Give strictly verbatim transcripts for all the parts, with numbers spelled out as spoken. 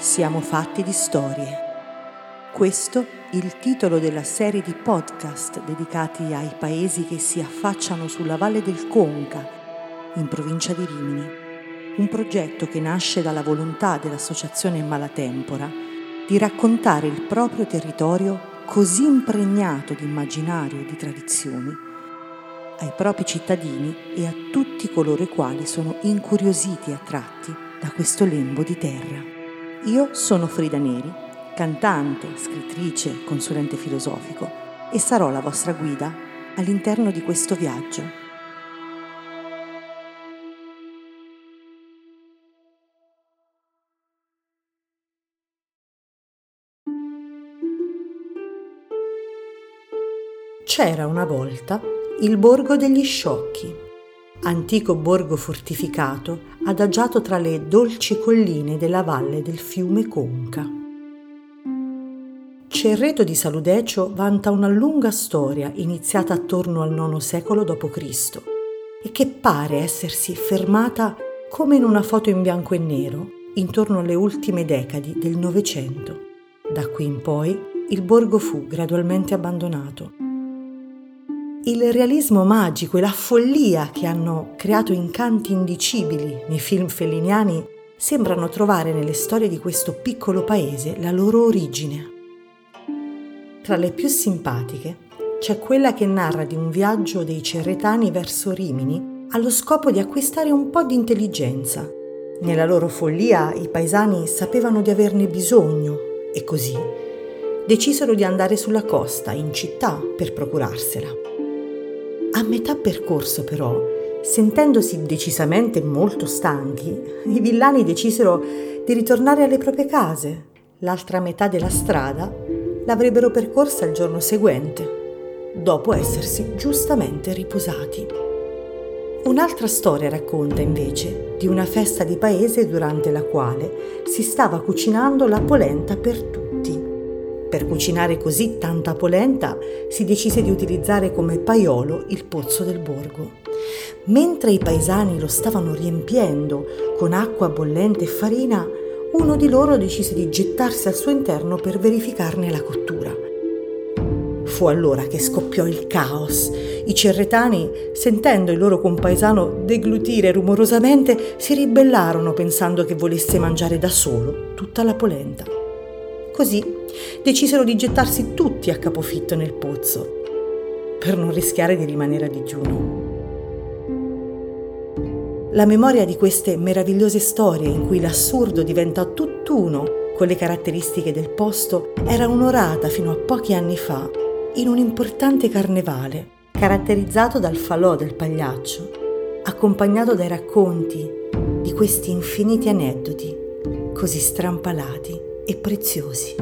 Siamo fatti di storie. Questo il titolo della serie di podcast dedicati ai paesi che si affacciano sulla Valle del Conca, in provincia di Rimini. Un progetto che nasce dalla volontà dell'associazione Malatempora di raccontare il proprio territorio così impregnato di immaginario e di tradizioni ai propri cittadini e a tutti coloro i quali sono incuriositi e attratti da questo lembo di terra. Io sono Frida Neri, cantante, scrittrice, consulente filosofico e sarò la vostra guida all'interno di questo viaggio. C'era una volta il borgo degli Sciocchi, antico borgo fortificato adagiato tra le dolci colline della valle del fiume Conca. Cerreto di Saludecio vanta una lunga storia iniziata attorno al nono secolo dopo Cristo e che pare essersi fermata come in una foto in bianco e nero intorno alle ultime decadi del Novecento. Da qui in poi il borgo fu gradualmente abbandonato. Il realismo magico e la follia che hanno creato incanti indicibili nei film felliniani sembrano trovare nelle storie di questo piccolo paese la loro origine. Tra le più simpatiche c'è quella che narra di un viaggio dei cerretani verso Rimini allo scopo di acquistare un po' di intelligenza. Nella loro follia i paesani sapevano di averne bisogno e così decisero di andare sulla costa, in città, per procurarsela. A metà percorso, però, sentendosi decisamente molto stanchi, i villani decisero di ritornare alle proprie case. L'altra metà della strada l'avrebbero percorsa il giorno seguente, dopo essersi giustamente riposati. Un'altra storia racconta, invece, di una festa di paese durante la quale si stava cucinando la polenta per tutti. Per cucinare così tanta polenta si decise di utilizzare come paiolo il pozzo del borgo. Mentre i paesani lo stavano riempiendo con acqua bollente e farina, uno di loro decise di gettarsi al suo interno per verificarne la cottura. Fu allora che scoppiò il caos. I cerretani, sentendo il loro compaesano deglutire rumorosamente, si ribellarono pensando che volesse mangiare da solo tutta la polenta. Così decisero di gettarsi tutti a capofitto nel pozzo, per non rischiare di rimanere a digiuno. La memoria di queste meravigliose storie in cui l'assurdo diventa tutt'uno con le caratteristiche del posto era onorata fino a pochi anni fa in un importante carnevale caratterizzato dal falò del pagliaccio, accompagnato dai racconti di questi infiniti aneddoti così strampalati e preziosi.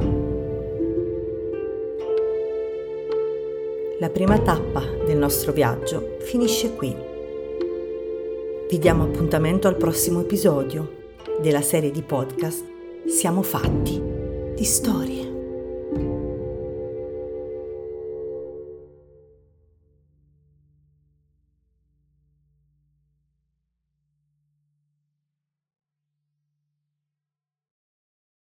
La prima tappa del nostro viaggio finisce qui. Vi diamo appuntamento al prossimo episodio della serie di podcast Siamo fatti di storie.